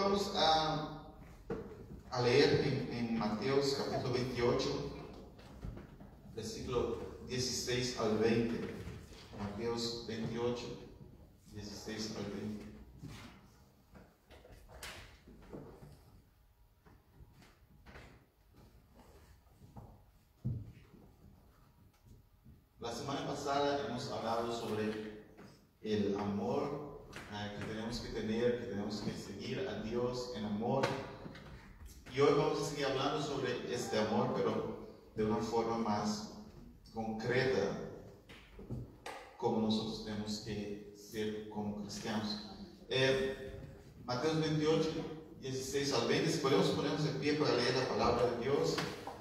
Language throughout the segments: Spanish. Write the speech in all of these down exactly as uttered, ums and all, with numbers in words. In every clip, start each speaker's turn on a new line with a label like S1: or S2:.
S1: vamos a, a leer en, en Mateo capítulo veintiocho, versículo dieciséis al veinte. Mateo veintiocho, dieciséis al veinte. La semana pasada hemos hablado sobre el amor uh, que tenemos que tener, que tenemos que seguir a Dios en amor. Y hoy vamos a seguir hablando sobre este amor, pero de una forma más concreta, como nosotros tenemos que ser como cristianos. Eh, Mateo veintiocho, dieciséis al veinte. Si podemos ponernos de pie para leer la palabra de Dios.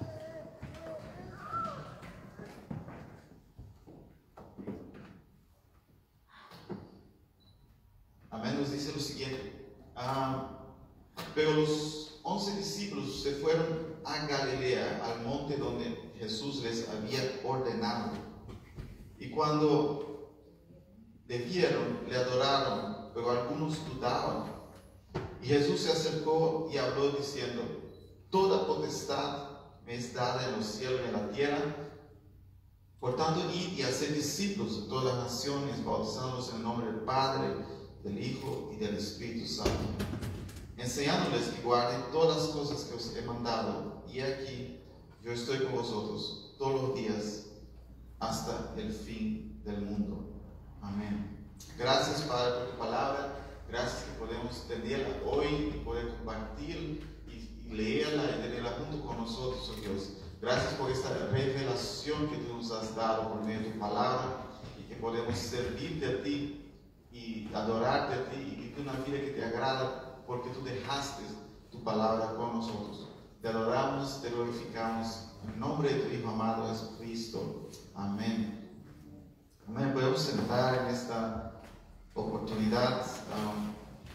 S1: Amén. Nos dice lo siguiente: ah, pero los once discípulos se fueron a Galilea, al monte donde Jesús les había ordenado. Y cuando le vieron, le adoraron, pero algunos dudaban. Y Jesús se acercó y habló diciendo: toda potestad me es dada en los cielos y en la tierra. Por tanto, id y haced discípulos de todas las naciones, bautizándolos en el nombre del Padre, del Hijo y del Espíritu Santo, enseñándoles que guarden todas las cosas que os he mandado. Y aquí yo estoy con vosotros todos los días hasta el fin del mundo. Amén. Gracias, Padre, por tu palabra. Gracias que podemos tenerla hoy y poder compartir y, y leerla y tenerla junto con nosotros, oh Dios. Gracias por esta revelación que tú nos has dado por medio de tu palabra, y que podemos servirte a ti y adorarte a ti y vivir una vida que te agrada, porque tú dejaste tu palabra con nosotros. Te adoramos, te glorificamos en nombre de tu Hijo amado Jesucristo. Amén. Amén. Podemos sentar en esta oportunidad. Um,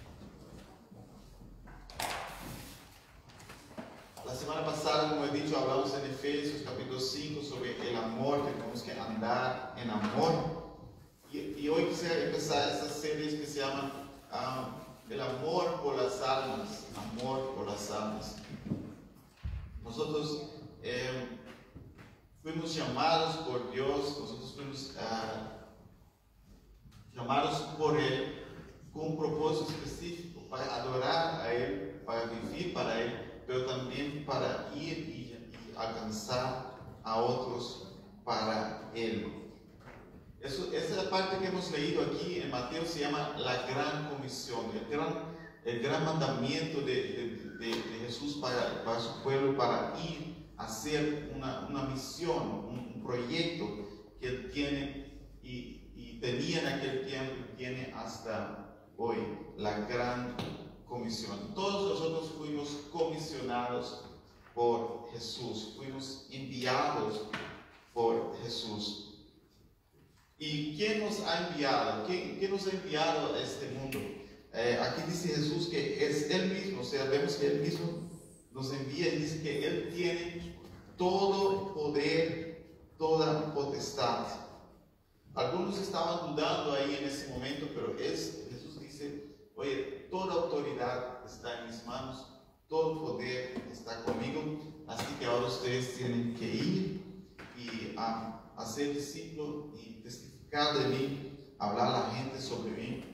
S1: la semana pasada, como he dicho, hablamos en Efesios capítulo cinco sobre el amor, que tenemos que andar en amor. Y, y hoy quisiera empezar esta serie que se llama um, El amor por las almas. Amor por las almas. Nosotros eh, fuimos llamados por Dios, nosotros fuimos uh, llamados por Él con un propósito específico, para adorar a Él, para vivir para Él, pero también para ir y, y alcanzar a otros para Él. Eso, esa es la parte que hemos leído aquí en Mateo, se llama la gran comisión, el gran, el gran mandamiento de, de, de, de Jesús para, para su pueblo, para ir a hacer una, una misión, un, un proyecto que Él tiene y, y tenía en aquel tiempo y tiene hasta hoy, la gran comisión. Todos nosotros fuimos comisionados por Jesús, fuimos enviados por Jesús. ¿Y quién nos ha enviado? ¿Quién, quién nos ha enviado a este mundo? Eh, aquí dice Jesús que es Él mismo, o sea, vemos que Él mismo nos envía y dice que Él tiene todo poder, toda potestad. Algunos estaban dudando ahí en ese momento, pero es, Jesús dice: oye, toda autoridad está en mis manos, todo poder está conmigo, así que ahora ustedes tienen que ir y um, hacer discípulos y testificar de mí, hablar a la gente sobre mí.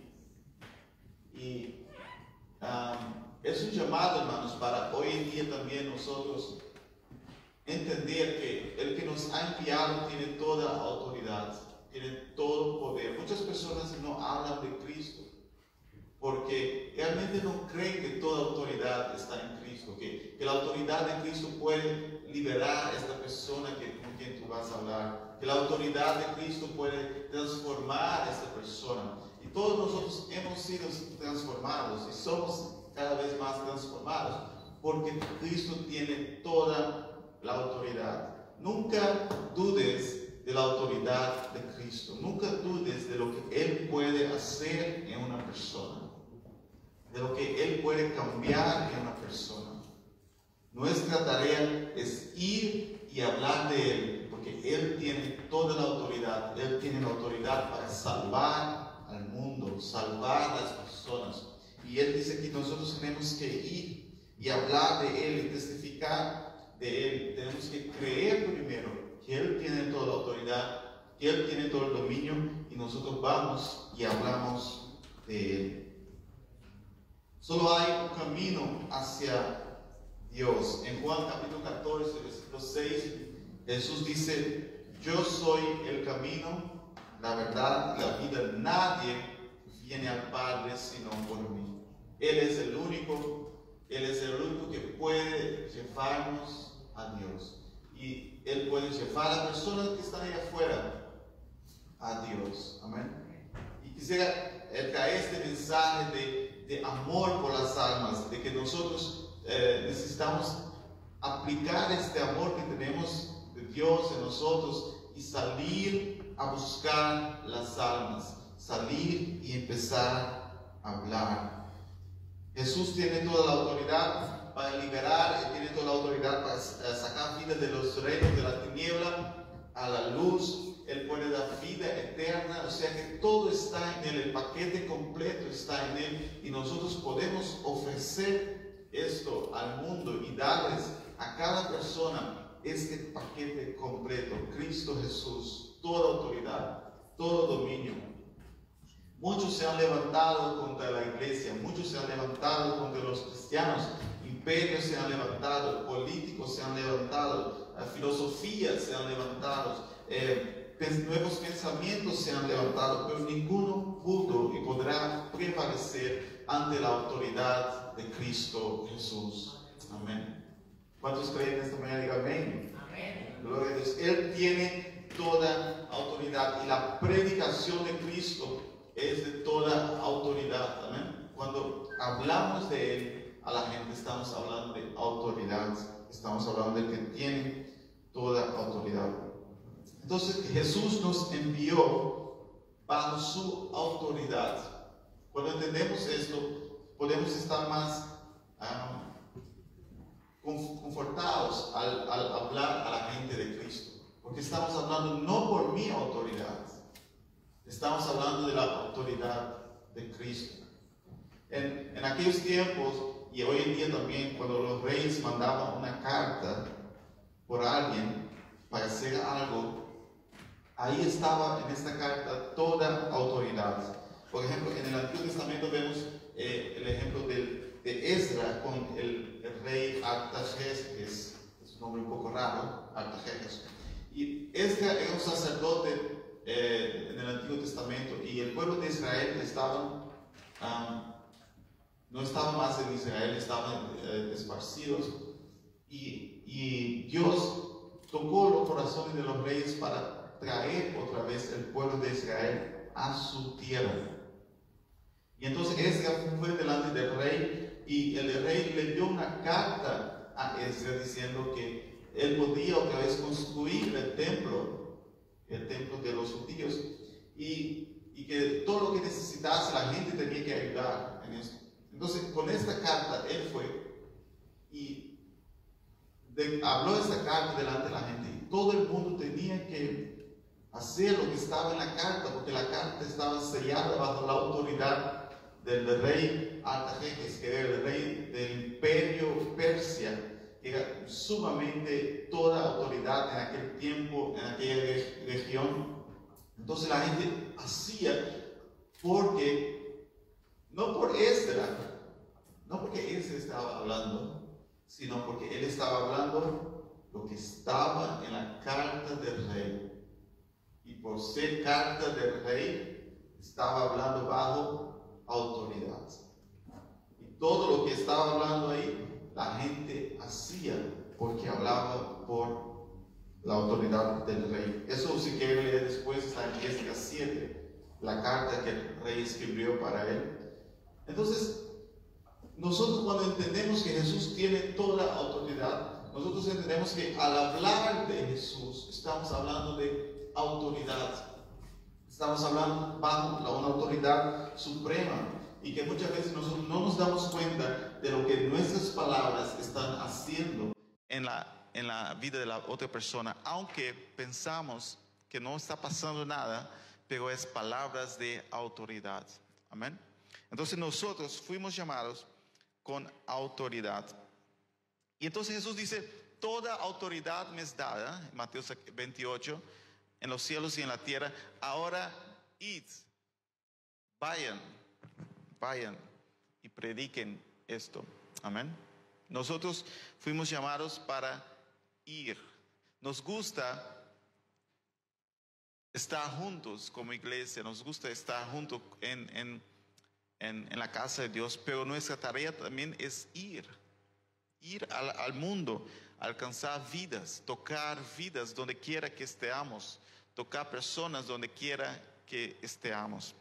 S1: Y um, es un llamado, hermanos, para hoy en día también nosotros entender que el que nos ha enviado tiene toda autoridad, tiene todo poder. Muchas personas no hablan de Cristo porque realmente no creen que toda autoridad está en Cristo, que, que la autoridad de Cristo puede liberar a esta persona que, con quien tú vas a hablar, que la autoridad de Cristo puede transformar a esta persona. Y todos nosotros hemos sido transformados y somos cada vez más transformados porque Cristo tiene toda la autoridad. Nunca dudes de la autoridad de Cristo, nunca dudes de lo que Él puede hacer en una persona, de lo que Él puede cambiar en una persona. Nuestra tarea es ir y hablar de Él, porque Él tiene toda la autoridad. Él tiene la autoridad para salvar al mundo, salvar a las personas. Y Él dice que nosotros tenemos que ir y hablar de Él y testificar de Él. Tenemos que creer primero que Él tiene toda la autoridad, que Él tiene todo el dominio, y nosotros vamos y hablamos de Él. Solo hay un camino hacia Dios. En Juan capítulo catorce, versículo seis, Jesús dice: yo soy el camino, la verdad y la vida. Nadie viene al Padre sino por mí. Él es el único, Él es el único que puede llevarnos a Dios. Y Él puede llevar a las personas que están allá afuera a Dios. Amén. Y quisiera traer este mensaje de, de amor por las almas, de que nosotros eh, necesitamos aplicar este amor que tenemos de Dios en nosotros y salir a buscar las almas, salir y empezar a hablar. Jesús tiene toda la autoridad para liberar, Él tiene toda la autoridad para sacar vidas de los reinos de la tiniebla a la luz. Él puede dar vida eterna, o sea que todo está en Él, el paquete completo está en Él, y nosotros podemos ofrecer esto al mundo y darles a cada persona este paquete completo: Cristo Jesús, toda autoridad, todo dominio. Muchos se han levantado contra la iglesia, muchos se han levantado contra los cristianos, imperios se han levantado, políticos se han levantado, filosofías se han levantado, eh, nuevos pensamientos se han levantado, pero ninguno pudo y podrá prevalecer ante la autoridad de Cristo Jesús. Amén. ¿Cuántos creen esta mañana? Digan amén. Amén. Gloria a Dios. Él tiene toda autoridad, y la predicación de Cristo es de toda autoridad. Amén. Cuando hablamos de Él a la gente, estamos hablando de autoridad, estamos hablando de que tiene toda autoridad. Entonces Jesús nos envió bajo su autoridad. Cuando entendemos esto, podemos estar más um, confortados al, al hablar a la gente de Cristo, porque estamos hablando no por mi autoridad, estamos hablando de la autoridad de Cristo. En, en aquellos tiempos, y hoy en día también, cuando los reyes mandaban una carta por alguien para hacer algo, ahí estaba en esta carta toda autoridad. Por ejemplo, en el Antiguo Testamento vemos eh, el ejemplo del, de Ezra con el, el rey Artajerjes, que es, es un nombre un poco raro, Artajerjes. Y Ezra era un sacerdote Eh, en el Antiguo Testamento, y el pueblo de Israel estaba, um, no estaba más en Israel, estaban eh, esparcidos, y, y Dios tocó los corazones de los reyes para traer otra vez el pueblo de Israel a su tierra. Y entonces Ezra fue delante del rey, y el rey le dio una carta a Ezra diciendo que él podía otra vez construir el templo el templo de los judíos, y, y que todo lo que necesitase la gente tenía que ayudar en esto. Entonces, con esta carta, él fue y de, habló esta carta delante de la gente, y todo el mundo tenía que hacer lo que estaba en la carta, porque la carta estaba sellada bajo la autoridad del, del rey Artajerjes, que era el rey del imperio Persia. Era sumamente toda autoridad en aquel tiempo, en aquella región. Entonces la gente hacía porque, no por Ezra, no porque Ezra estaba hablando, sino porque él estaba hablando lo que estaba en la carta del rey. Y por ser carta del rey, estaba hablando bajo autoridad. Y todo lo que estaba hablando ahí, la gente hacía porque hablaba por la autoridad del rey. Eso, si quieren leer después, está en Esdras siete, la carta que el rey escribió para él. Entonces, nosotros cuando entendemos que Jesús tiene toda autoridad, nosotros entendemos que al hablar de Jesús, estamos hablando de autoridad. Estamos hablando bajo una autoridad suprema. Y que muchas veces nosotros no nos damos cuenta de lo que nuestras palabras están haciendo en la, en la vida de la otra persona, aunque pensamos que no está pasando nada, pero es palabras de autoridad. Amén.
S2: Entonces nosotros fuimos llamados con autoridad. Y entonces Jesús dice, toda autoridad me es dada, en Mateo veintiocho, en los cielos y en la tierra. Ahora id, vayan, vayan y prediquen esto. Amén. Nosotros fuimos llamados para ir. Nos gusta estar juntos como iglesia, nos gusta estar juntos en, en, en, en la casa de Dios, pero nuestra tarea también es ir. Ir al, al mundo, alcanzar vidas, tocar vidas donde quiera que estemos, tocar personas donde quiera que estemos.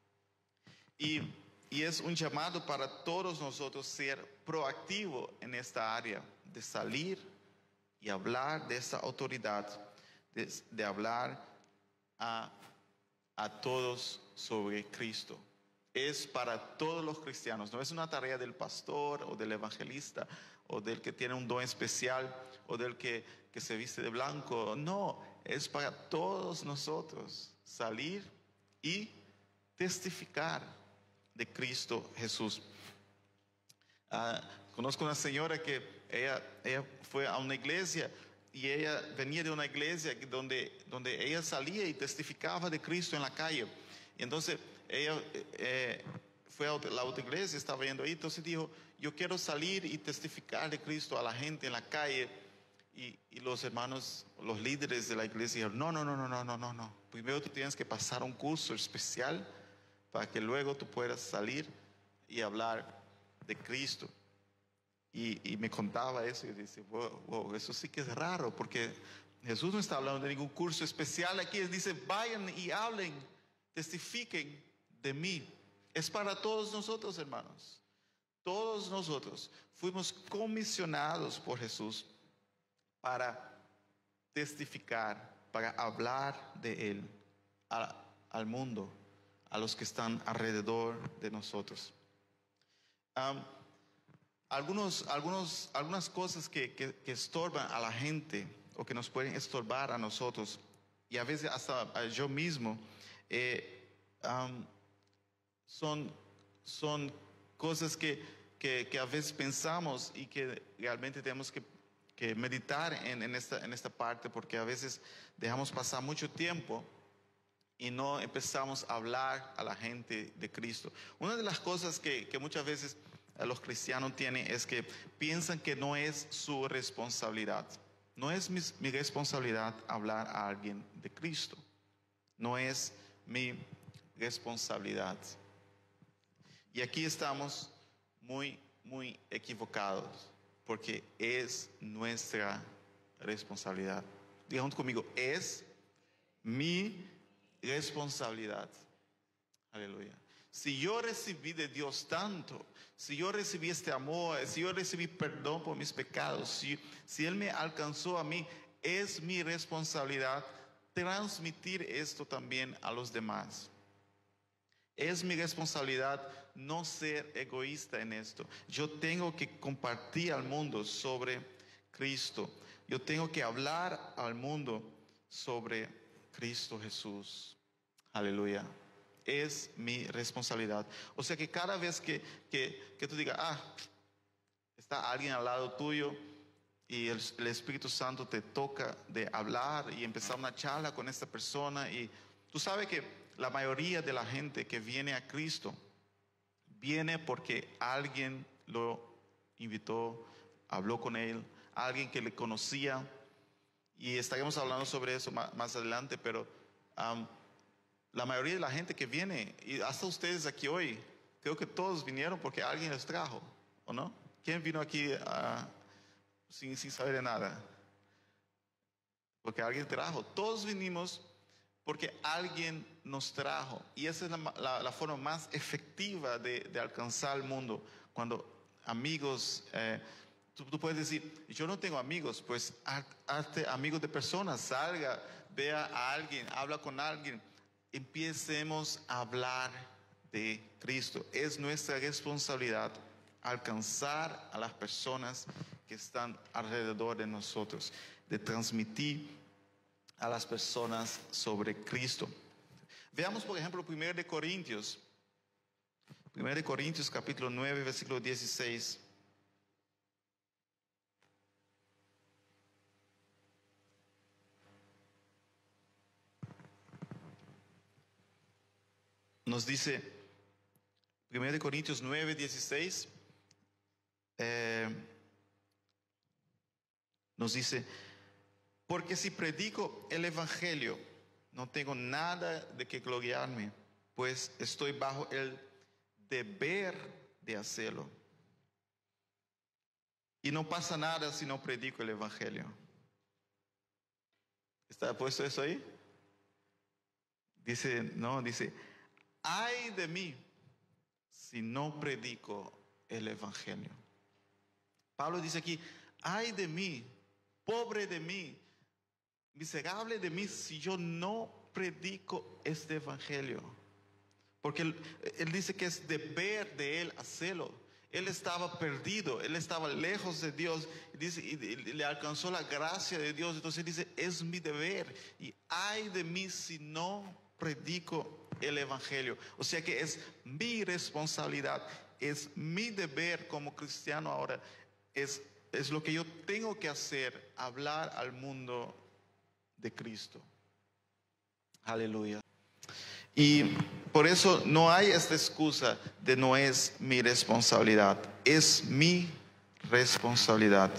S2: Y, y es un llamado para todos nosotros ser proactivo en esta área, de salir y hablar de esa autoridad, de, de hablar a, a todos sobre Cristo. Es para todos los cristianos, no es una tarea del pastor o del evangelista o del que tiene un don especial o del que, que se viste de blanco. No, es para todos nosotros salir y testificar de Cristo Jesús. Uh, conozco una señora que ella, ella fue a una iglesia y ella venía de una iglesia donde, donde ella salía y testificaba de Cristo en la calle. Y entonces ella eh, fue a la otra iglesia, estaba yendo ahí, entonces dijo, yo quiero salir y testificar de Cristo a la gente en la calle. Y, y los hermanos, los líderes de la iglesia dijeron, no, no, no, no, no, no, no, no. Primero tú tienes que pasar un curso especial para que luego tú puedas salir y hablar de Cristo. Y, y me contaba eso y yo decía, wow, wow, eso sí que es raro, porque Jesús no está hablando de ningún curso especial aquí. Él dice, vayan y hablen, testifiquen de mí. Es para todos nosotros, hermanos. Todos nosotros fuimos comisionados por Jesús para testificar, para hablar de Él a, al mundo, a los que están alrededor de nosotros. Um, algunos, algunos, algunas cosas que, que, que estorban a la gente o que nos pueden estorbar a nosotros, y a veces hasta yo mismo, eh, um, son, son cosas que, que, que a veces pensamos y que realmente tenemos que, que meditar en, en, esta, en esta parte, porque a veces dejamos pasar mucho tiempo y no empezamos a hablar a la gente de Cristo. Una de las cosas que, que muchas veces los cristianos tienen es que piensan que no es su responsabilidad. No es mi, mi responsabilidad hablar a alguien de Cristo. No es mi responsabilidad. Y aquí estamos muy, muy equivocados, porque es nuestra responsabilidad. Diga junto conmigo, es mi responsabilidad. Aleluya. Si yo recibí de Dios tanto, si yo recibí este amor, si yo recibí perdón por mis pecados, si, si Él me alcanzó a mí, es mi responsabilidad transmitir esto también a los demás. Es mi responsabilidad no ser egoísta en esto. Yo tengo que compartir al mundo sobre Cristo. Yo tengo que hablar al mundo sobre Cristo Jesús. Aleluya. Es mi responsabilidad. O sea que cada vez que, que, que tú digas, ah, está alguien al lado tuyo y el, el Espíritu Santo te toca de hablar y empezar una charla con esta persona, y tú sabes que la mayoría de la gente que viene a Cristo viene porque alguien lo invitó, habló con él, alguien que le conocía, y estaremos hablando sobre eso más, más adelante, pero um, la mayoría de la gente que viene, y hasta ustedes aquí hoy, creo que todos vinieron porque alguien les trajo, ¿o no? ¿Quién vino aquí uh, sin, sin saber de nada? Porque alguien trajo. Todos vinimos porque alguien nos trajo. Y esa es la, la, la forma más efectiva de, de alcanzar el mundo. Cuando amigos, eh, tú, tú puedes decir, yo no tengo amigos, pues hazte amigos de personas, salga, vea a alguien, habla con alguien. Empecemos a hablar de Cristo. Es nuestra responsabilidad alcanzar a las personas que están alrededor de nosotros, de transmitir a las personas sobre Cristo. Veamos por ejemplo primero de Corintios, Primera de Corintios capítulo nueve, versículo dieciséis. Nos dice, Primera de Corintios nueve, dieciséis, eh, nos dice, porque si predico el Evangelio, no tengo nada de que gloriarme, pues estoy bajo el deber de hacerlo. Y no pasa nada si no predico el Evangelio. ¿Está puesto eso ahí? Dice, no, dice, ay de mí si no predico el Evangelio. Pablo dice aquí, ay de mí, pobre de mí, miserable de mí si yo no predico este Evangelio. Porque él, él dice que es deber de él hacerlo. Él estaba perdido, él estaba lejos de Dios, y, dice, y, y le alcanzó la gracia de Dios. Entonces dice, es mi deber, y ay de mí si no predico el Evangelio. O sea que es mi responsabilidad, es mi deber como cristiano ahora, es, es lo que yo tengo que hacer, hablar al mundo de Cristo. Aleluya. Y por eso no hay esta excusa de no es mi responsabilidad, es mi responsabilidad.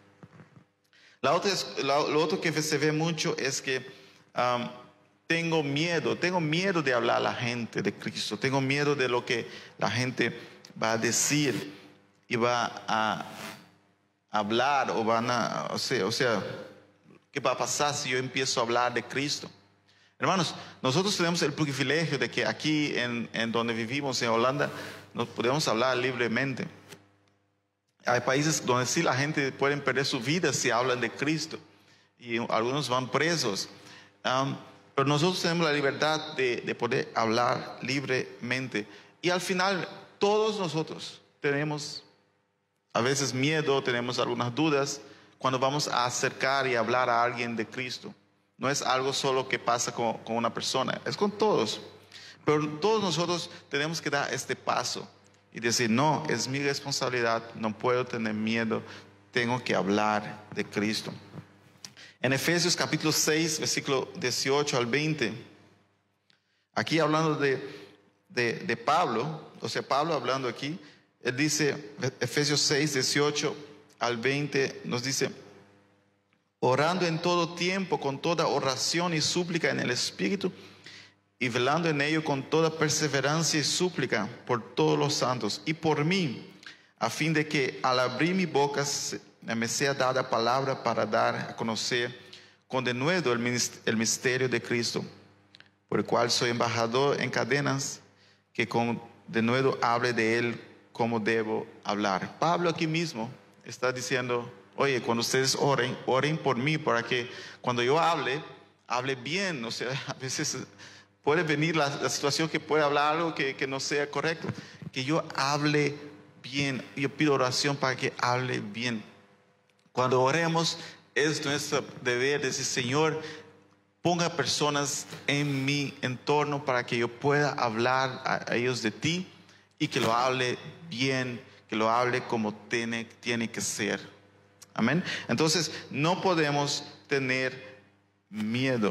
S2: La otra es, la, lo otro que se ve mucho es que um, tengo miedo, tengo miedo de hablar a la gente de Cristo, tengo miedo de lo que la gente va a decir y va a hablar o van a, o sea, o sea, ¿qué va a pasar si yo empiezo a hablar de Cristo? Hermanos, nosotros tenemos el privilegio de que aquí en, en donde vivimos, en Holanda, nos podemos hablar libremente. Hay países donde sí la gente puede perder su vida si hablan de Cristo y algunos van presos. Um, pero nosotros tenemos la libertad de, de poder hablar libremente. Y al final todos nosotros tenemos a veces miedo, tenemos algunas dudas cuando vamos a acercar y hablar a alguien de Cristo. No es algo solo que pasa con, con una persona, es con todos. Pero todos nosotros tenemos que dar este paso y decir, no, es mi responsabilidad, no puedo tener miedo, tengo que hablar de Cristo. En Efesios capítulo seis, versículo dieciocho al veinte, aquí hablando de, de, de Pablo, o sea, Pablo hablando aquí, él dice, Efesios seis, dieciocho al veinte, nos dice, orando en todo tiempo con toda oración y súplica en el Espíritu y velando en ello con toda perseverancia y súplica por todos los santos y por mí, a fin de que al abrir mi boca me sea dada palabra para dar a conocer con denuedo el misterio de Cristo, por el cual soy embajador en cadenas, que con denuedo hable de él como debo hablar. Pablo aquí mismo está diciendo, oye, cuando ustedes oren, oren por mí, para que cuando yo hable, hable bien. O sea, a veces puede venir la, la situación que puede hablar algo que, que no sea correcto. Que yo hable bien. Yo pido oración para que hable bien. Cuando oremos, es nuestro deber decir, Señor, ponga personas en mi entorno para que yo pueda hablar a, a ellos de ti y que lo hable bien, que lo hable como tiene, tiene que ser. Amén. Entonces no podemos tener miedo.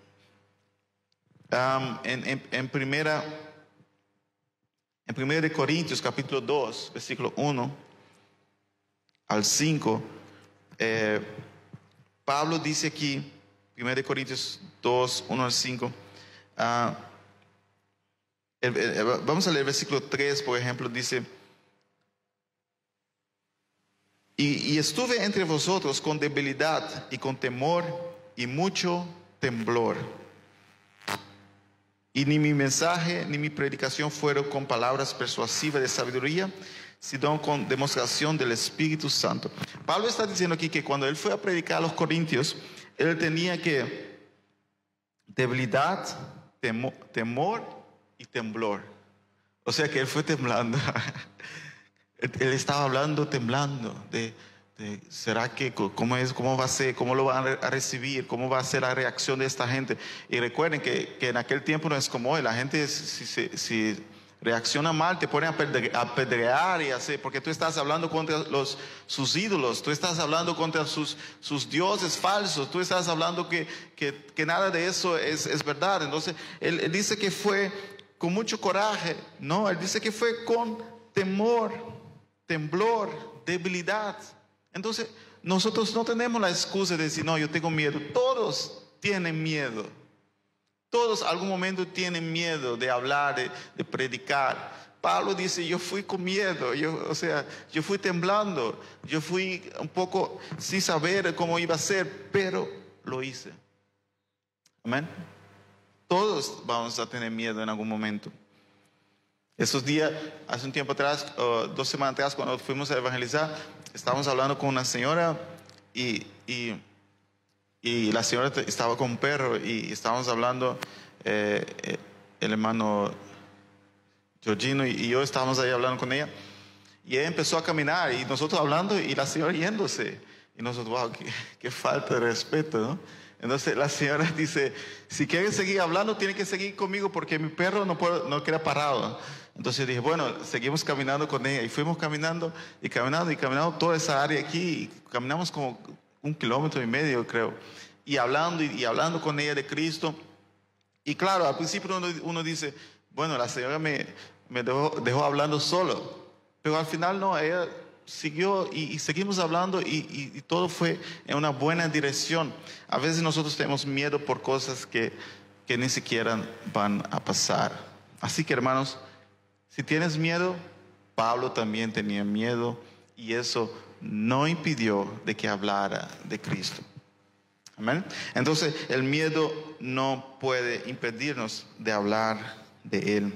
S2: Um, en, en, en primera en primera de Corintios capítulo dos, versículo uno al cinco, eh, Pablo dice aquí, primera de Corintios dos, uno al cinco, uh, el, el, vamos a leer el versículo tres, por ejemplo, dice, Y, y estuve entre vosotros con debilidad y con temor y mucho temblor. Y ni mi mensaje ni mi predicación fueron con palabras persuasivas de sabiduría, sino con demostración del Espíritu Santo. Pablo está diciendo aquí que cuando él fue a predicar a los corintios, él tenía que debilidad, temo, temor y temblor. O sea que él fue temblando. Él estaba hablando temblando de, de ¿será que cómo es, cómo va a ser, cómo lo van a recibir, cómo va a ser la reacción de esta gente? Y recuerden que, que en aquel tiempo no es como hoy. La gente si, si, si reacciona mal, te ponen a apedre- a apedrear y así, porque tú estás hablando contra los, sus ídolos, tú estás hablando contra sus, sus dioses falsos, tú estás hablando que, que, que nada de eso es, es verdad. Entonces, él, él dice que fue con mucho coraje, no, él dice que fue con temor, temblor, debilidad. Entonces, nosotros no tenemos la excusa de decir, no, yo tengo miedo. Todos tienen miedo. Todos algún momento tienen miedo de hablar, de, de predicar. Pablo dice, yo fui con miedo, yo, o sea, yo fui temblando, yo fui un poco sin saber cómo iba a ser, pero lo hice. Amén. Todos vamos a tener miedo en algún momento. Esos días, hace un tiempo atrás, uh, dos semanas atrás, cuando fuimos a evangelizar, estábamos hablando con una señora y... y Y la señora estaba con un perro y estábamos hablando, eh, eh, el hermano Georgino y, y yo estábamos ahí hablando con ella. Y ella empezó a caminar y nosotros hablando y la señora yéndose. Y nosotros, wow, qué, qué falta de respeto, ¿no? Entonces la señora dice, si quiere seguir hablando, tiene que seguir conmigo porque mi perro no, puede, no queda parado. Entonces dije, bueno, seguimos caminando con ella. Y fuimos caminando y caminando y caminando toda esa área aquí. Y caminamos como un kilómetro y medio, creo. Y hablando y, y hablando con ella de Cristo. Y claro, al principio uno, uno dice, bueno, la señora me, me dejó, dejó hablando solo. Pero al final no, ella siguió y, y seguimos hablando y, y, y todo fue en una buena dirección. A veces nosotros tenemos miedo por cosas que, que ni siquiera van a pasar. Así que hermanos, si tienes miedo, Pablo también tenía miedo y eso no impidió de que hablara de Cristo. Amén. Entonces el miedo no puede impedirnos de hablar de Él.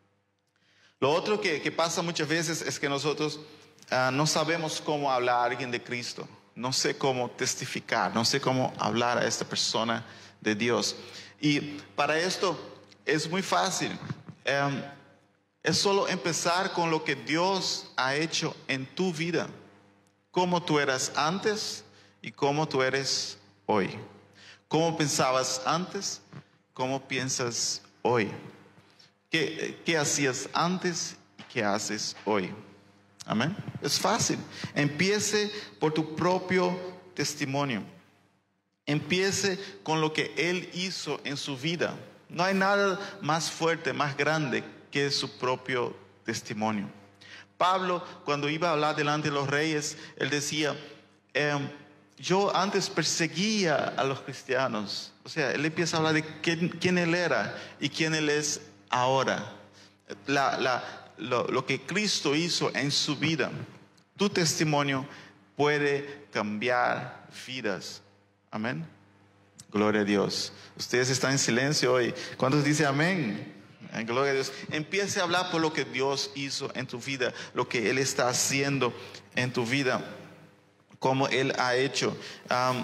S2: Lo otro que, que pasa muchas veces es que nosotros uh, no sabemos cómo hablar a alguien de Cristo. No sé cómo testificar, no sé cómo hablar a esta persona de Dios. Y para esto es muy fácil. Um, es solo empezar con lo que Dios ha hecho en tu vida. Cómo tú eras antes y cómo tú eres hoy. Cómo pensabas antes, cómo piensas hoy. ¿Qué, qué hacías antes y qué haces hoy? Amén. Es fácil. Empiece por tu propio testimonio. Empiece con lo que Él hizo en su vida. No hay nada más fuerte, más grande que su propio testimonio. Pablo, cuando iba a hablar delante de los reyes, él decía, eh, yo antes perseguía a los cristianos. O sea, él empieza a hablar de quién, quién él era y quién él es ahora. La, la, lo, lo que Cristo hizo en su vida. Tu testimonio puede cambiar vidas. Amén. Gloria a Dios. Ustedes están en silencio hoy. ¿Cuántos dicen amén? Gloria a Dios. Empiece a hablar por lo que Dios hizo en tu vida, lo que Él está haciendo en tu vida, como Él ha hecho. Um,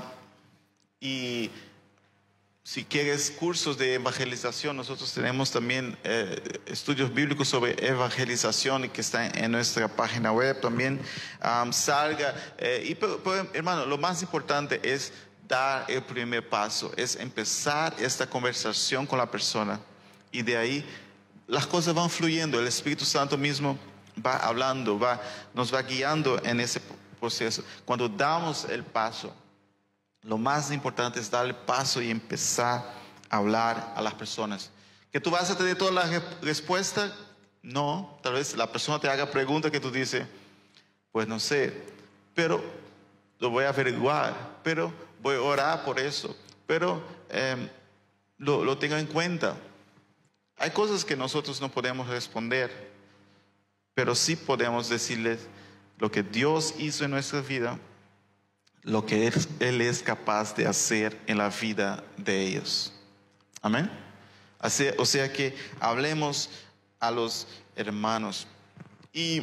S2: y si quieres cursos de evangelización, nosotros tenemos también eh, estudios bíblicos sobre evangelización y que está en nuestra página web también. Um, salga. Eh, y pero, pero, hermano, lo más importante es dar el primer paso, es empezar esta conversación con la persona. Y de ahí las cosas van fluyendo. El Espíritu Santo mismo va hablando, va, nos va guiando en ese proceso. Cuando damos el paso, lo más importante es dar el paso y empezar a hablar a las personas. ¿Que tú vas a tener toda la respuesta? No. Tal vez la persona te haga preguntas que tú dices, pues no sé, pero lo voy a averiguar, pero voy a orar por eso, pero eh, lo, lo tengo en cuenta. Hay cosas que nosotros no podemos responder, pero sí podemos decirles lo que Dios hizo en nuestra vida, lo que Él, Él es capaz de hacer en la vida de ellos. Amén. Así, o sea que hablemos a los hermanos. Y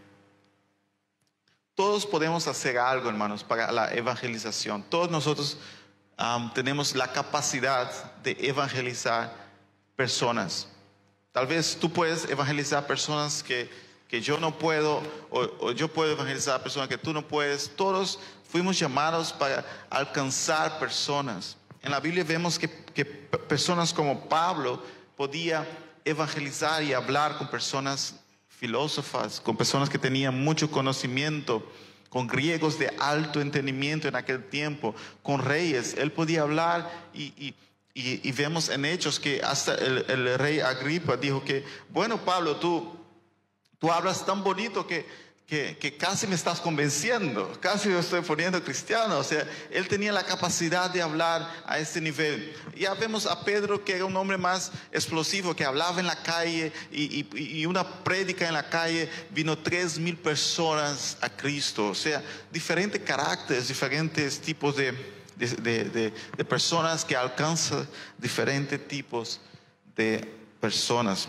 S2: todos podemos hacer algo, hermanos, para la evangelización. Todos nosotros um, tenemos la capacidad de evangelizar personas. Tal vez tú puedes evangelizar personas que, que yo no puedo, o, o yo puedo evangelizar personas que tú no puedes. Todos fuimos llamados para alcanzar personas. En la Biblia vemos que, que personas como Pablo podía evangelizar y hablar con personas filósofas, con personas que tenían mucho conocimiento, con griegos de alto entendimiento en aquel tiempo, con reyes. Él podía hablar y, y, y, y vemos en Hechos que hasta el, el rey Agripa dijo que, bueno, Pablo, tú, tú hablas tan bonito que... Que, que casi me estás convenciendo, casi me estoy poniendo cristiano. O sea, él tenía la capacidad de hablar a este nivel. Ya vemos a Pedro, que era un hombre más explosivo, que hablaba en la calle y, y, y una prédica en la calle, vino tres mil personas a Cristo. O sea, diferentes caracteres, diferentes tipos de, de, de, de, de personas que alcanzan diferentes tipos de personas.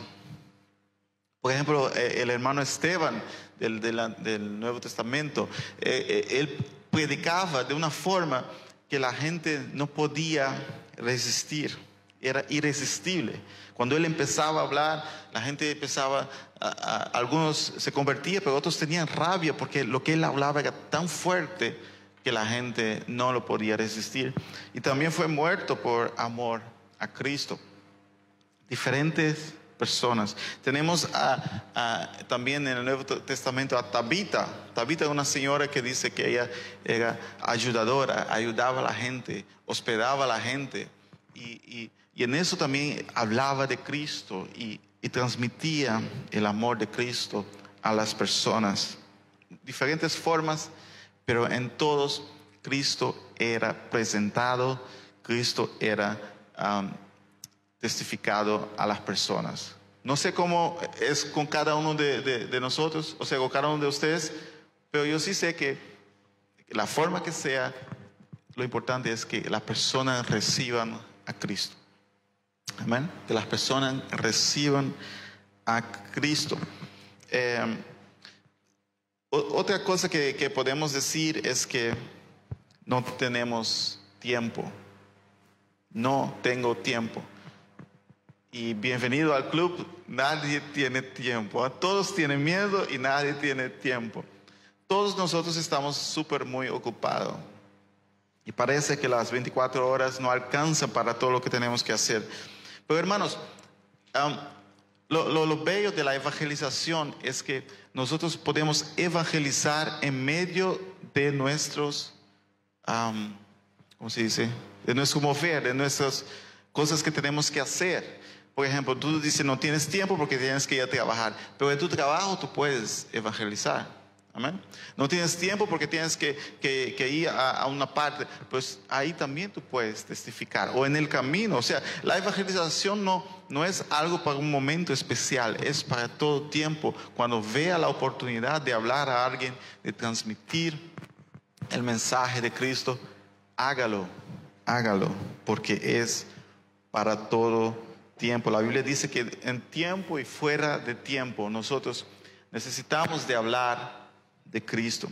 S2: Por ejemplo, el hermano Esteban del, del, del Nuevo Testamento, eh, él predicaba de una forma que la gente no podía resistir, era irresistible. Cuando él empezaba a hablar, la gente empezaba, a, a, algunos se convertían, pero otros tenían rabia porque lo que él hablaba era tan fuerte que la gente no lo podía resistir. Y también fue muerto por amor a Cristo. Diferentes personas. Tenemos a, a, también en el Nuevo Testamento a Tabita. Tabita es una señora que dice que ella era ayudadora, ayudaba a la gente, hospedaba a la gente y, y, y en eso también hablaba de Cristo y, y transmitía el amor de Cristo a las personas. Diferentes formas, pero en todos Cristo era presentado, Cristo era um, testificado a las personas. No sé cómo es con cada uno de, de, de nosotros, o sea, con cada uno de ustedes, pero yo sí sé que la forma que sea, lo importante es que las personas reciban a Cristo. Amén. Que las personas reciban a Cristo. Eh, otra cosa que, que podemos decir es que no tenemos tiempo. No tengo tiempo. Y bienvenido al club, nadie tiene tiempo. Todos tienen miedo y nadie tiene tiempo. Todos nosotros estamos súper muy ocupados. Y parece que las veinticuatro horas no alcanzan para todo lo que tenemos que hacer. Pero hermanos, um, lo, lo, lo bello de la evangelización es que nosotros podemos evangelizar en medio de nuestros, um, ¿cómo se dice? De nuestro mover, de nuestras cosas que tenemos que hacer. Por ejemplo, tú dices no tienes tiempo porque tienes que ir a trabajar, pero en tu trabajo tú puedes evangelizar. Amén. No tienes tiempo porque tienes que, que, que ir a, a una parte, pues ahí también tú puedes testificar. O en el camino. O sea, la evangelización no, no es algo para un momento especial, es para todo tiempo. Cuando vea la oportunidad de hablar a alguien, de transmitir el mensaje de Cristo, hágalo, hágalo, porque es para todo tiempo. La Biblia dice que en tiempo y fuera de tiempo nosotros necesitamos de hablar de Cristo.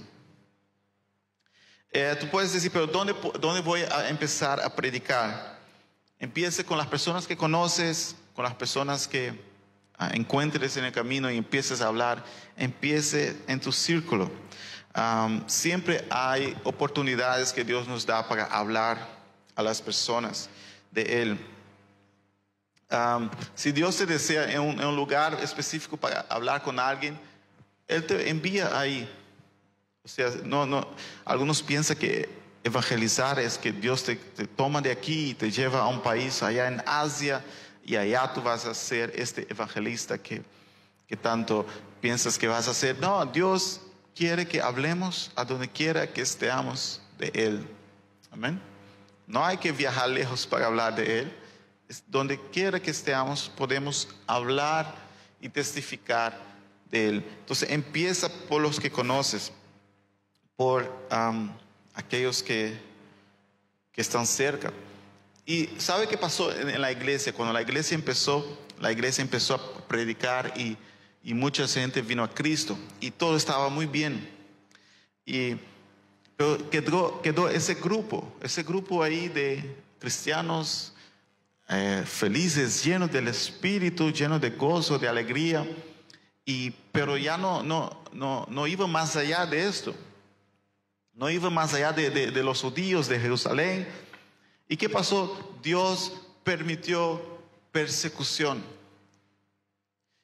S2: Eh, tú puedes decir, pero ¿dónde, ¿dónde voy a empezar a predicar? Empiece con las personas que conoces, con las personas que ah, encuentres en el camino y empieces a hablar. Empiece en tu círculo. Um, siempre hay oportunidades que Dios nos da para hablar a las personas de Él. Um, si Dios te desea en un, en un lugar específico para hablar con alguien, Él te envía ahí. O sea, no, no, algunos piensan que evangelizar es que Dios te, te toma de aquí y te lleva a un país allá en Asia y allá tú vas a ser este evangelista que, que tanto piensas que vas a ser. No, Dios quiere que hablemos a donde quiera que estemos de Él. Amén. No hay que viajar lejos para hablar de Él. Donde quiera que estemos podemos hablar y testificar de Él. Entonces empieza por los que conoces, por um, aquellos que, que están cerca. Y ¿sabe qué pasó en, en la iglesia? Cuando la iglesia empezó, la iglesia empezó a predicar y, y mucha gente vino a Cristo y todo estaba muy bien. Y pero quedó, quedó ese grupo, ese grupo ahí de cristianos Eh, felices, llenos del Espíritu, llenos de gozo, de alegría, y, pero ya no, no, no, no iba más allá de esto, no iba más allá de, de, de los judíos de Jerusalén. ¿Y qué pasó? Dios permitió persecución.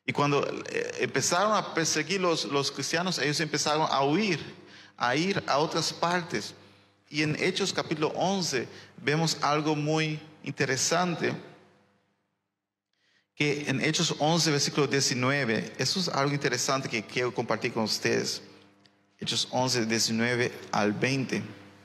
S2: Y cuando eh, empezaron a perseguir los, los cristianos, ellos empezaron a huir, a ir a otras partes. Y en Hechos capítulo once vemos algo muy interesante, que en Hechos once versículo diecinueve, eso es algo interesante que quiero compartir con ustedes. Hechos once, diecinueve al veinte.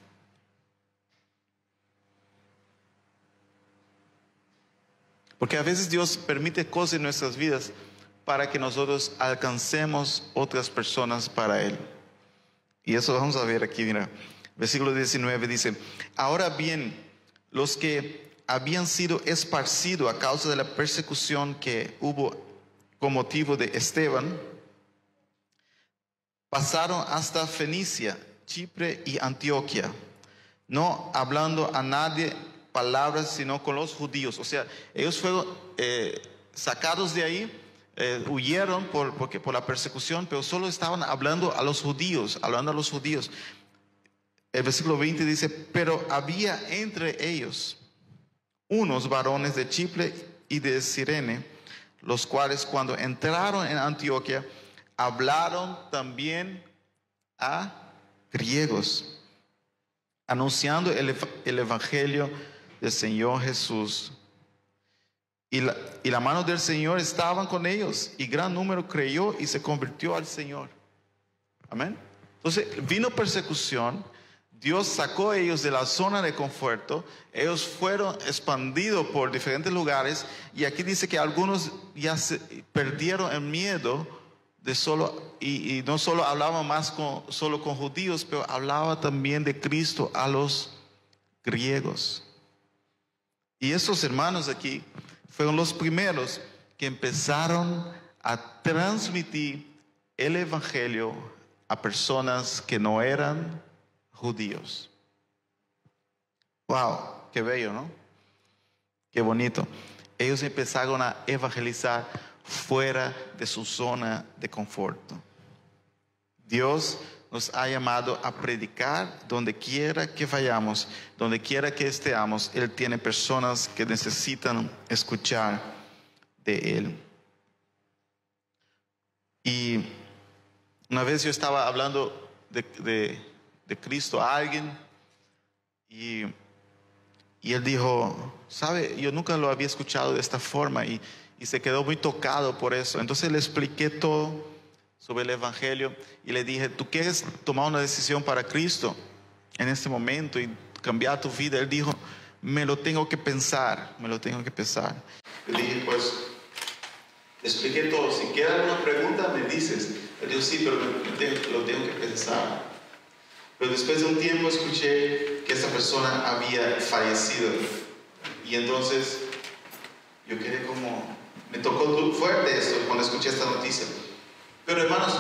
S2: Porque a veces Dios permite cosas en nuestras vidas para que nosotros alcancemos otras personas para Él. Y eso vamos a ver aquí, mira. Versículo diecinueve dice: ahora bien, los que habían sido esparcidos a causa de la persecución que hubo con motivo de Esteban, pasaron hasta Fenicia, Chipre y Antioquía, no hablando a nadie palabras sino con los judíos. O sea, ellos fueron eh, sacados de ahí, eh, huyeron por, porque, por la persecución, pero solo estaban hablando a los judíos, hablando a los judíos. El versículo veinte dice: pero había entre ellos unos varones de Chipre y de Cirene, los cuales cuando entraron en Antioquía hablaron también a griegos, anunciando el, el evangelio del Señor Jesús. Y la, y la mano del Señor estaba con ellos, y gran número creyó y se convirtió al Señor. Amén. Entonces vino persecución, Dios sacó a ellos de la zona de conforto, ellos fueron expandidos por diferentes lugares, y aquí dice que algunos ya se perdieron el miedo de solo, y, y no solo hablaban más con, solo con judíos, pero hablaba también de Cristo a los griegos. Y esos hermanos aquí fueron los primeros que empezaron a transmitir el evangelio a personas que no eran judíos. Wow, qué bello, ¿no? Qué bonito. Ellos empezaron a evangelizar fuera de su zona de confort. Dios nos ha llamado a predicar donde quiera que vayamos, donde quiera que estemos. Él tiene personas que necesitan escuchar de Él. Y una vez yo estaba hablando de, de, de Cristo a alguien, y, y él dijo: ¿sabe? Yo nunca lo había escuchado de esta forma, y, y se quedó muy tocado por eso. Entonces le expliqué todo sobre el evangelio y le dije: ¿tú quieres tomar una decisión para Cristo en este momento y cambiar tu vida? Él dijo: me lo tengo que pensar, me lo tengo que pensar. Le dije: pues, le expliqué todo. Si quieres alguna pregunta, me dices. Él dijo: sí, pero me tengo, lo tengo que pensar. Pero después de un tiempo escuché que esa persona había fallecido. Y entonces yo quedé como, me tocó fuerte esto cuando escuché esta noticia. Pero hermanos,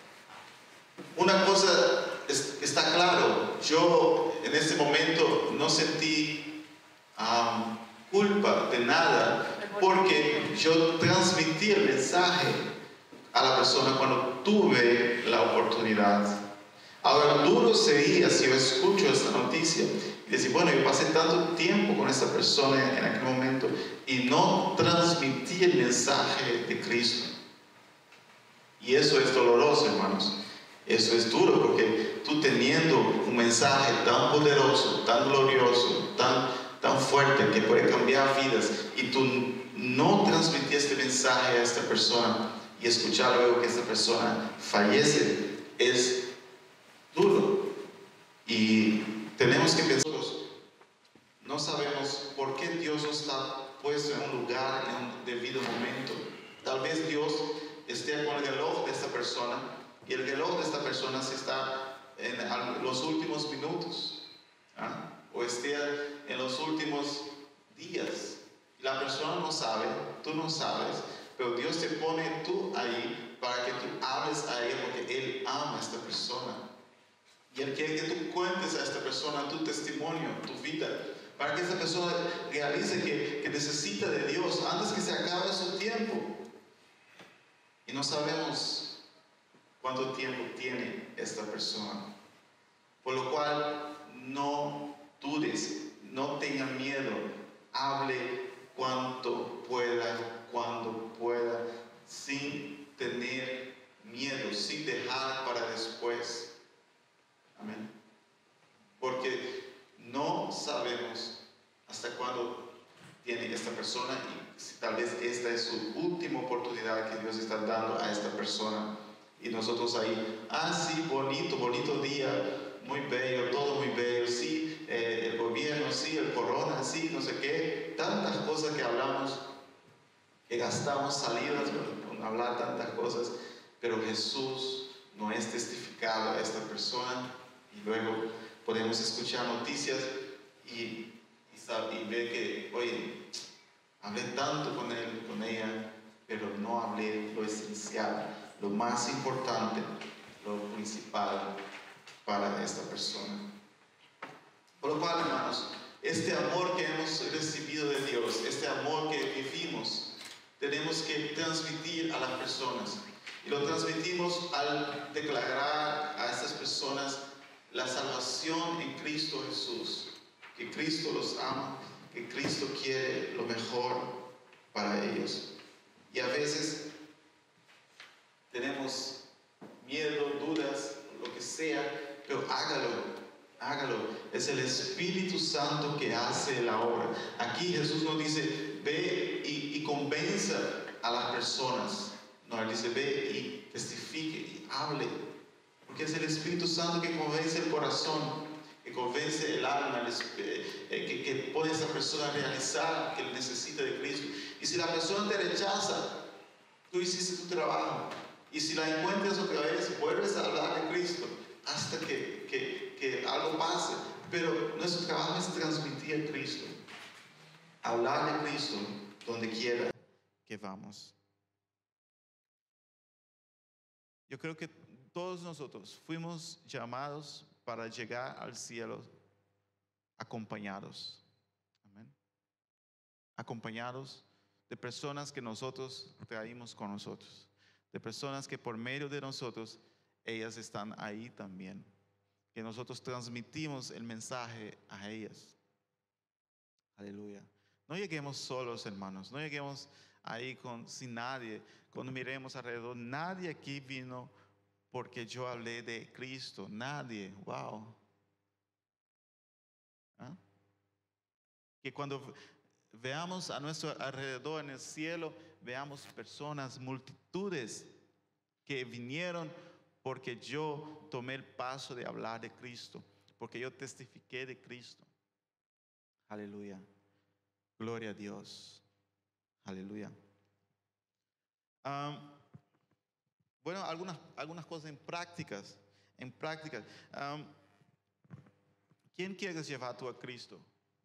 S2: una cosa es, está claro: yo en ese momento no sentí um, culpa de nada, porque yo transmití el mensaje a la persona cuando tuve la oportunidad. Ahora, duro sería si yo escucho esta noticia y decir: bueno, yo pasé tanto tiempo con esta persona en aquel momento y no transmití el mensaje de Cristo. Y eso es doloroso, hermanos. Eso es duro, porque tú teniendo un mensaje tan poderoso, tan glorioso, tan, tan fuerte, que puede cambiar vidas, y tú no transmitiste este mensaje a esta persona y escuchar luego que esta persona fallece, es duro. Y tenemos que pensar, no sabemos por qué Dios nos ha puesto en un lugar, en un debido momento. Tal vez Dios esté con el reloj de esta persona, y el reloj de esta persona se está en los últimos minutos, ¿ah? o esté en los últimos días. La persona no sabe, tú no sabes, pero Dios te pone tú ahí para que tú hables a Él, porque Él ama a esta persona. Y Él quiere que tú cuentes a esta persona tu testimonio, tu vida, para que esta persona realice que, que necesita de Dios antes que se acabe su tiempo. Y no sabemos cuánto tiempo tiene esta persona. Por lo cual, no dudes, no tenga miedo, hable cuanto pueda, cuando pueda. sin tener miedo, sin dejar para después. Amén. Porque no sabemos hasta cuándo tiene esta persona y si tal vez esta es su última oportunidad que Dios está dando a esta persona. Y nosotros ahí, ah, sí, bonito, bonito día, muy bello, todo muy bello, sí, eh, el gobierno, sí, el corona, sí, no sé qué, tantas cosas que hablamos, que gastamos salidas con hablar tantas cosas, pero Jesús no es testificado a esta persona y luego podemos escuchar noticias y, y, y ver que, oye, hablé tanto con él, con ella, pero no hablé lo esencial, lo más importante, lo principal para esta persona. Por lo cual, hermanos, este amor que hemos recibido de Dios, este amor que vivimos, tenemos que transmitir a las personas. Y lo transmitimos al declarar a estas personas la salvación en Cristo Jesús, que Cristo los ama, que Cristo quiere lo mejor para ellos. Y a veces tenemos miedo, dudas, lo que sea, pero hágalo, hágalo. Es el Espíritu Santo que hace la obra. Aquí Jesús nos dice, ve y, y convenza a las personas. No, Él dice, ve y testifique y hable. Porque es el Espíritu Santo que convence el corazón, que convence el alma, eh, que, que pone a esa persona a realizar que necesita de Cristo. Y si la persona te rechaza, tú hiciste tu trabajo. Y si la encuentras otra vez, vuelves a hablar de Cristo hasta que, que, que algo pase. Pero nuestro trabajo es transmitir a Cristo, hablar de Cristo donde quiera que vamos. Yo creo que todos nosotros fuimos llamados para llegar al cielo acompañados. Amén. Acompañados de personas que nosotros traímos con nosotros. De personas que por medio de nosotros, ellas están ahí también. Que nosotros transmitimos el mensaje a ellas. Aleluya. No lleguemos solos, hermanos. No lleguemos ahí con, sin nadie. Cuando miremos alrededor, nadie aquí vino porque yo hablé de Cristo. Nadie. Wow. ¿Ah? Que cuando veamos a nuestro alrededor en el cielo, veamos personas, multitudes que vinieron porque yo tomé el paso de hablar de Cristo, porque yo testifiqué de Cristo. Aleluya. Gloria a Dios. Aleluya. Um, bueno, algunas, algunas cosas en prácticas. En prácticas. Um, ¿Quién quieres llevar tú a Cristo?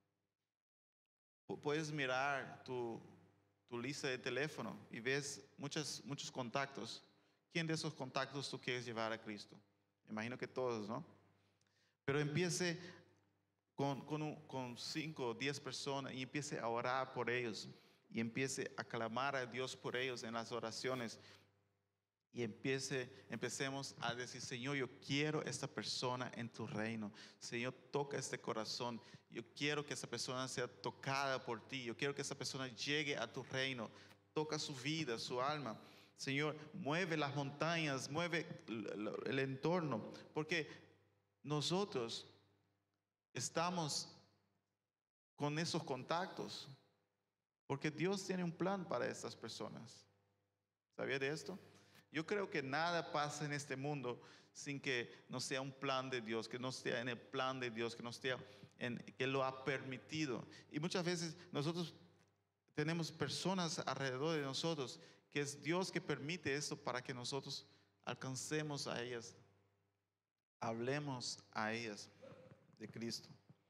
S2: Puedes mirar tu, tu lista de teléfono y ves muchos, muchos contactos. ¿Quién de esos contactos tú quieres llevar a Cristo? Imagino que todos, ¿no? Pero empiece con, con, un, con cinco o diez personas y empiece a orar por ellos y empiece a clamar a Dios por ellos en las oraciones. Y empiece, empecemos a decir, Señor, yo quiero esta persona en tu reino. Señor, toca este corazón. Yo quiero que esa persona sea tocada por ti. Yo quiero que esa persona llegue a tu reino. Toca su vida, su alma. Señor, mueve las montañas, mueve el entorno. Porque nosotros estamos con esos contactos. Porque Dios tiene un plan para estas personas. ¿Sabía de esto? Yo creo que nada pasa en este mundo sin que no sea un plan de Dios, que no esté en el plan de Dios, que no esté en, que lo ha permitido. Y muchas veces nosotros tenemos personas alrededor de nosotros que es Dios que permite eso para que nosotros alcancemos a ellas, hablemos a ellas de Cristo.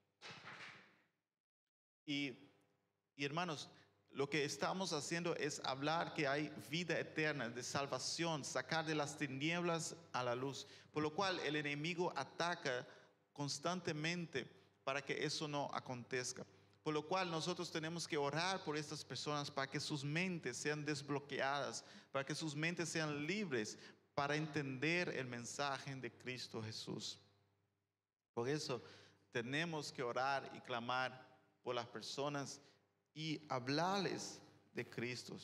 S2: Y, y hermanos, lo que estamos haciendo es hablar que hay vida eterna, de salvación, sacar de las tinieblas a la luz. Por lo cual el enemigo ataca constantemente para que eso no acontezca. Por lo cual nosotros tenemos que orar por estas personas para que sus mentes sean desbloqueadas, para que sus mentes sean libres, para entender el mensaje de Cristo Jesús. Por eso tenemos que orar y clamar por las personas y hablarles de Cristo,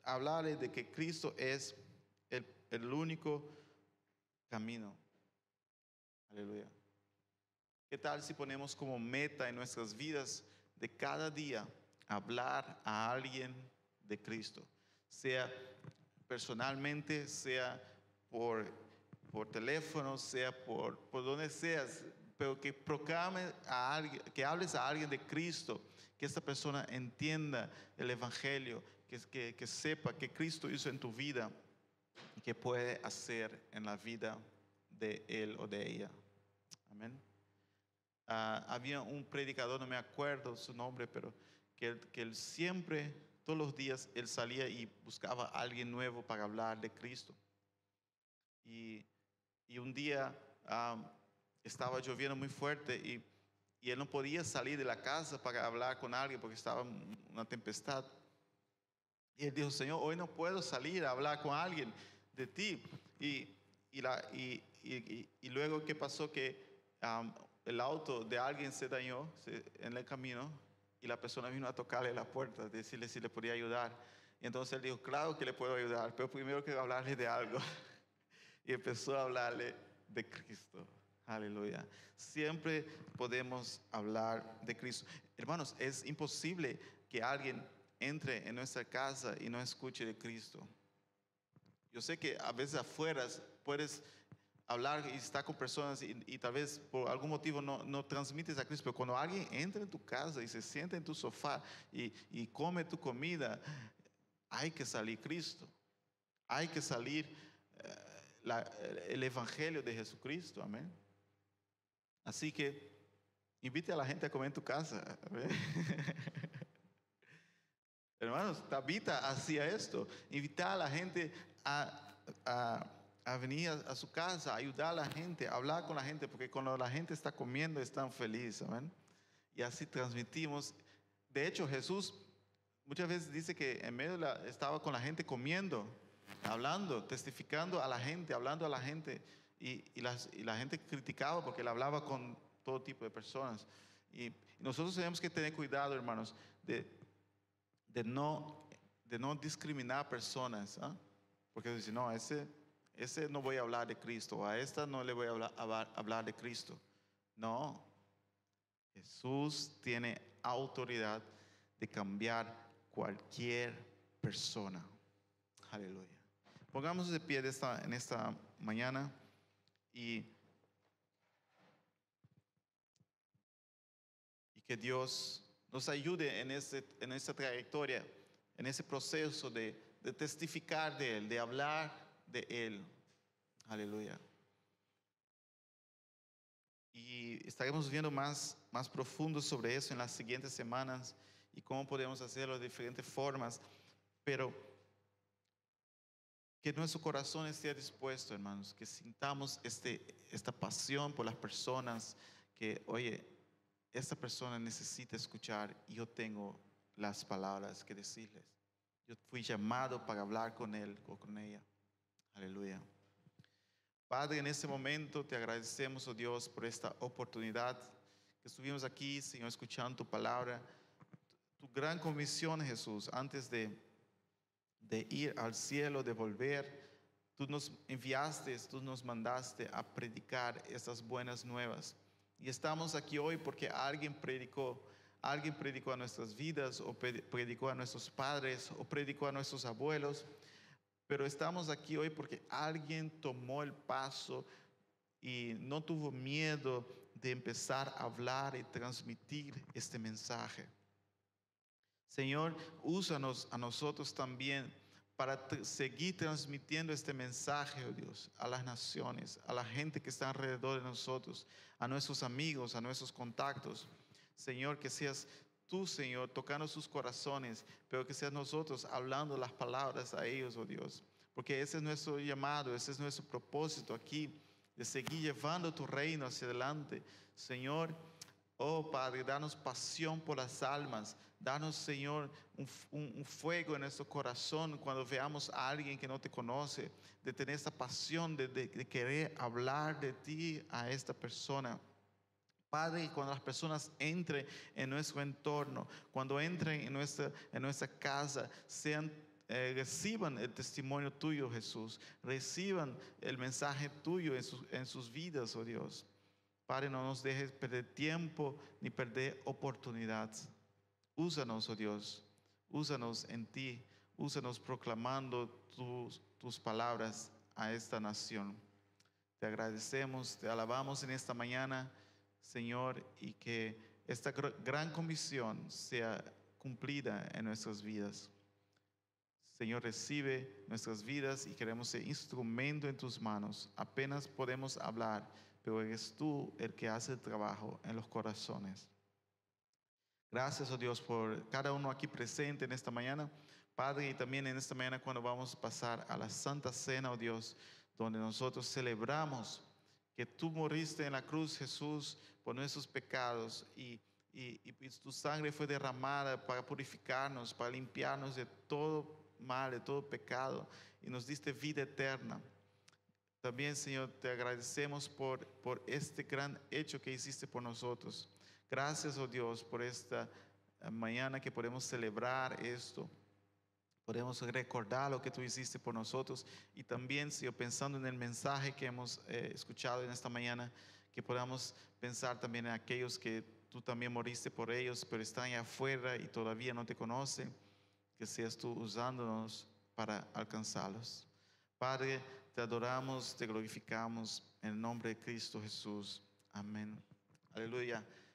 S2: hablarle de que Cristo es el, el único camino. Aleluya. ¿Qué tal si ponemos como meta en nuestras vidas de cada día hablar a alguien de Cristo? Sea personalmente, sea por, por teléfono, sea por, por donde seas, pero que proclame a alguien, que hables a alguien de Cristo, que esta persona entienda el Evangelio, que, que, que sepa que Cristo hizo en tu vida y que puede hacer en la vida de él o de ella. Amén. Uh, había un predicador, no me acuerdo su nombre, pero que él, que él siempre, todos los días, él salía y buscaba a alguien nuevo para hablar de Cristo. Y, y un día um, estaba lloviendo muy fuerte y, y él no podía salir de la casa para hablar con alguien porque estaba una tempestad. Y él dijo, Señor, hoy no puedo salir a hablar con alguien de ti. Y, y, la, y, y, y luego, ¿qué pasó? Que um, el auto de alguien se dañó se, en el camino y la persona vino a tocarle la puerta, decirle si le podía ayudar. Y entonces él dijo, claro que le puedo ayudar, pero primero quiero hablarle de algo. Y empezó a hablarle de Cristo. Aleluya. Siempre podemos hablar de Cristo. Hermanos, es imposible que alguien entre en nuestra casa y no escuche de Cristo. Yo sé que a veces afuera puedes hablar y estar con personas y, y tal vez por algún motivo no, no transmites a Cristo, pero cuando alguien entra en tu casa y se sienta en tu sofá y, y come tu comida, hay que salir Cristo, hay que salir eh, la, el Evangelio de Jesucristo, amén. Así que invite a la gente a comer en tu casa. Hermanos, Tabita hacía esto, invitar a la gente a, a a venir a, a su casa, a ayudar a la gente, a hablar con la gente, porque cuando la gente está comiendo están felices, ¿amén? Y así transmitimos. De hecho, Jesús muchas veces dice que en medio de la, estaba con la gente comiendo, hablando, testificando a la gente, hablando a la gente, y, y, las, y la gente criticaba porque él hablaba con todo tipo de personas. Y, y nosotros tenemos que tener cuidado, hermanos, de, de, no, de no discriminar a personas, ¿eh? Porque dice, no, ese... ese no voy a hablar de Cristo, a esta no le voy a hablar, a hablar de Cristo. No, Jesús tiene autoridad de cambiar cualquier persona. Aleluya. Pongámonos de pie de esta, en esta mañana y, y que Dios nos ayude en, ese, en esta trayectoria, en ese proceso de, de testificar de Él, de hablar de Él. Aleluya. Y estaremos viendo más, más profundo sobre eso en las siguientes semanas y cómo podemos hacerlo de diferentes formas. Pero que nuestro corazón esté dispuesto, hermanos, que sintamos este, esta pasión por las personas, que, oye, esta persona necesita escuchar y yo tengo las palabras que decirles. Yo fui llamado para hablar con él o con ella. Aleluya. Padre, en este momento te agradecemos, oh Dios, por esta oportunidad que estuvimos aquí, Señor, escuchando tu palabra, tu gran comisión, Jesús, antes de, de ir al cielo, de volver. Tú nos enviaste, tú nos mandaste a predicar estas buenas nuevas. Y estamos aquí hoy porque alguien predicó, alguien predicó a nuestras vidas, o predicó a nuestros padres, o predicó a nuestros abuelos. Pero estamos aquí hoy porque alguien tomó el paso y no tuvo miedo de empezar a hablar y transmitir este mensaje. Señor, úsanos a nosotros también para seguir transmitiendo este mensaje, oh Dios, a las naciones, a la gente que está alrededor de nosotros, a nuestros amigos, a nuestros contactos. Señor, que seas tú, Señor, tocando sus corazones, pero que seas nosotros hablando las palabras a ellos, oh Dios. Porque ese es nuestro llamado, ese es nuestro propósito aquí, de seguir llevando tu reino hacia adelante. Señor, oh Padre, danos pasión por las almas. Danos, Señor, un, un, un fuego en nuestro corazón cuando veamos a alguien que no te conoce, de tener esta pasión de, de, de querer hablar de ti a esta persona. Padre, cuando las personas entren en nuestro entorno, cuando entren en nuestra, en nuestra casa, sean eh, reciban el testimonio tuyo, Jesús. Reciban el mensaje tuyo en sus, en sus vidas, oh Dios. Padre, no nos dejes perder tiempo ni perder oportunidad. Úsanos, oh Dios. Úsanos en ti. Úsanos proclamando tus, tus palabras a esta nación. Te agradecemos, te alabamos en esta mañana, Señor, y que esta gran comisión sea cumplida en nuestras vidas. Señor, recibe nuestras vidas y queremos ser instrumento en tus manos. Apenas podemos hablar, pero eres tú el que hace el trabajo en los corazones. Gracias, oh Dios, por cada uno aquí presente en esta mañana. Padre, y también en esta mañana cuando vamos a pasar a la Santa Cena, oh Dios, donde nosotros celebramos que tú moriste en la cruz, Jesús, por nuestros pecados y, y, y tu sangre fue derramada para purificarnos, para limpiarnos de todo mal, de todo pecado, y nos diste vida eterna. También, Señor, te agradecemos por, por este gran hecho que hiciste por nosotros. Gracias, oh Dios, por esta mañana que podemos celebrar esto. Podemos recordar lo que tú hiciste por nosotros y también, Señor, pensando en el mensaje que hemos eh, escuchado en esta mañana, que podamos pensar también en aquellos que tú también moriste por ellos, pero están allá afuera y todavía no te conocen, que seas tú usándonos para alcanzarlos. Padre, te adoramos, te glorificamos en el nombre de Cristo Jesús. Amén. Aleluya.